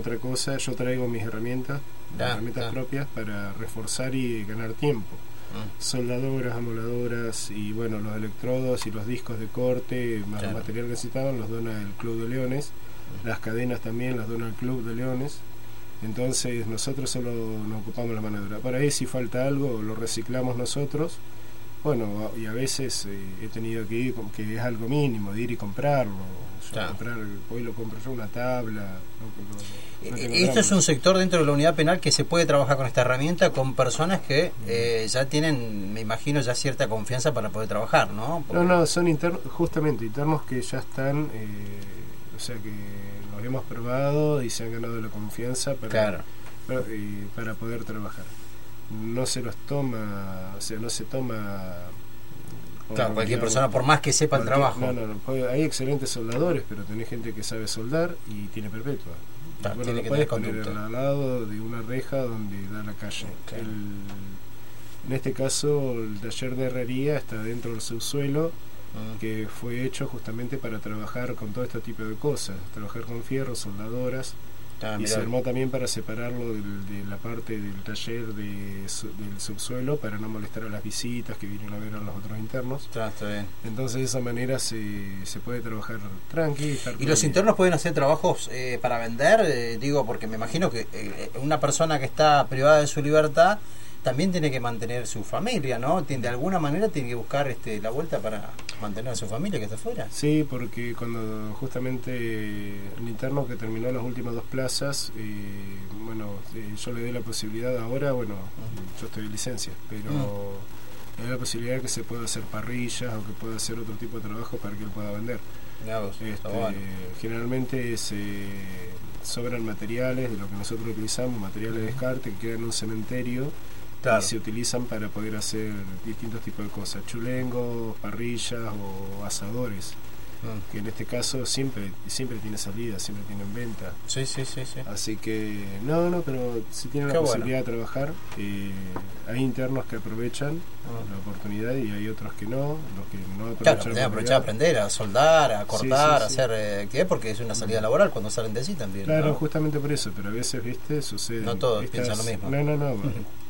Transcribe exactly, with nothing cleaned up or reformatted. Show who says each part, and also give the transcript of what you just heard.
Speaker 1: Otra cosa, yo traigo mis herramientas,
Speaker 2: Ah,
Speaker 1: herramientas
Speaker 2: ah.
Speaker 1: propias para reforzar y ganar tiempo.
Speaker 2: Mm.
Speaker 1: Soldadoras, amoladoras y bueno, los electrodos y los discos de corte, más
Speaker 2: Claro.
Speaker 1: el material que necesitaban los dona el Club de Leones. Las cadenas también las dona el Club de Leones. Entonces nosotros solo nos ocupamos la mano de obra. Por ahí si falta algo lo reciclamos nosotros. Bueno, y a veces eh, he tenido que ir, que es algo mínimo, de ir y comprarlo. Yo
Speaker 2: Claro.
Speaker 1: comprar, hoy lo compro yo una tabla. No, no, no tengo
Speaker 2: Esto es
Speaker 1: drama.
Speaker 2: un sector dentro de la unidad penal que se puede trabajar con esta herramienta con personas que eh, ya tienen, me imagino, ya cierta confianza para poder trabajar, ¿no? Porque-
Speaker 1: No, no, son internos, justamente internos que ya están, eh, o sea que los hemos probado y se han ganado la confianza para,
Speaker 2: Claro.
Speaker 1: para, eh, para poder trabajar. No se los toma, o sea, no se toma...
Speaker 2: Claro, cualquier
Speaker 1: digamos,
Speaker 2: persona, por más que sepa el
Speaker 1: cualquier-
Speaker 2: trabajo.
Speaker 1: No, no, no, puede- hay excelentes soldadores, pero tenés gente que sabe soldar y tiene perpetua.
Speaker 2: Claro,
Speaker 1: Bueno,
Speaker 2: tiene
Speaker 1: no
Speaker 2: que
Speaker 1: podés
Speaker 2: tener
Speaker 1: poner
Speaker 2: conducta.
Speaker 1: al lado de una reja donde da la calle.
Speaker 2: Claro.
Speaker 1: El- en este caso, el taller de herrería está dentro del subsuelo,
Speaker 2: Mm.
Speaker 1: que fue hecho justamente para trabajar con todo este tipo de cosas, trabajar con fierro, soldadoras,
Speaker 2: Ah,
Speaker 1: y
Speaker 2: mirá.
Speaker 1: se armó también para separarlo del- de la parte del taller de, su- del subsuelo para no molestar a las visitas que vienen a ver a los otros internos.
Speaker 2: Está, está bien.
Speaker 1: Entonces de esa manera se, se puede trabajar tranqui. Estar
Speaker 2: ¿Y
Speaker 1: todo
Speaker 2: los
Speaker 1: bien.
Speaker 2: internos pueden hacer trabajos eh, para vender? Eh, digo, porque me imagino que eh, una persona que está privada de su libertad también tiene que mantener su familia, ¿no? Tiene- De alguna manera tiene que buscar este, la vuelta para mantener a su familia que está afuera.
Speaker 1: Sí, porque cuando justamente el interno que terminó las últimas dos plazas, eh, bueno, eh, yo le doy la posibilidad ahora, bueno, yo estoy en licencia, pero le doy la posibilidad de que se pueda hacer parrillas o que pueda hacer otro tipo de trabajo para que él pueda vender.
Speaker 2: Mirá vos, está
Speaker 1: Este,
Speaker 2: bueno.
Speaker 1: Generalmente se sobran materiales de lo que nosotros utilizamos, materiales de descarte que quedan en un cementerio.
Speaker 2: Claro.
Speaker 1: Y se utilizan para poder hacer distintos tipos de cosas, chulengos, parrillas o asadores,
Speaker 2: Mm.
Speaker 1: que en este caso siempre siempre tiene salida, siempre tienen venta.
Speaker 2: Sí, sí, sí, sí.
Speaker 1: Así que, no, no, pero si tienen
Speaker 2: Qué
Speaker 1: la
Speaker 2: bueno.
Speaker 1: posibilidad de trabajar, eh, hay internos que aprovechan
Speaker 2: Ah.
Speaker 1: la oportunidad y hay otros que no, los que no aprovechan
Speaker 2: Claro,
Speaker 1: la
Speaker 2: tenés que aprovechar a
Speaker 1: oportunidad.
Speaker 2: aprender, a soldar, a cortar,
Speaker 1: Sí, sí, sí.
Speaker 2: a hacer eh, actividad, porque es una salida laboral cuando salen de allí también.
Speaker 1: Claro,
Speaker 2: ¿no?
Speaker 1: justamente por eso, pero a veces, viste, sucede.
Speaker 2: No todos piensan lo mismo.
Speaker 1: No, no, no.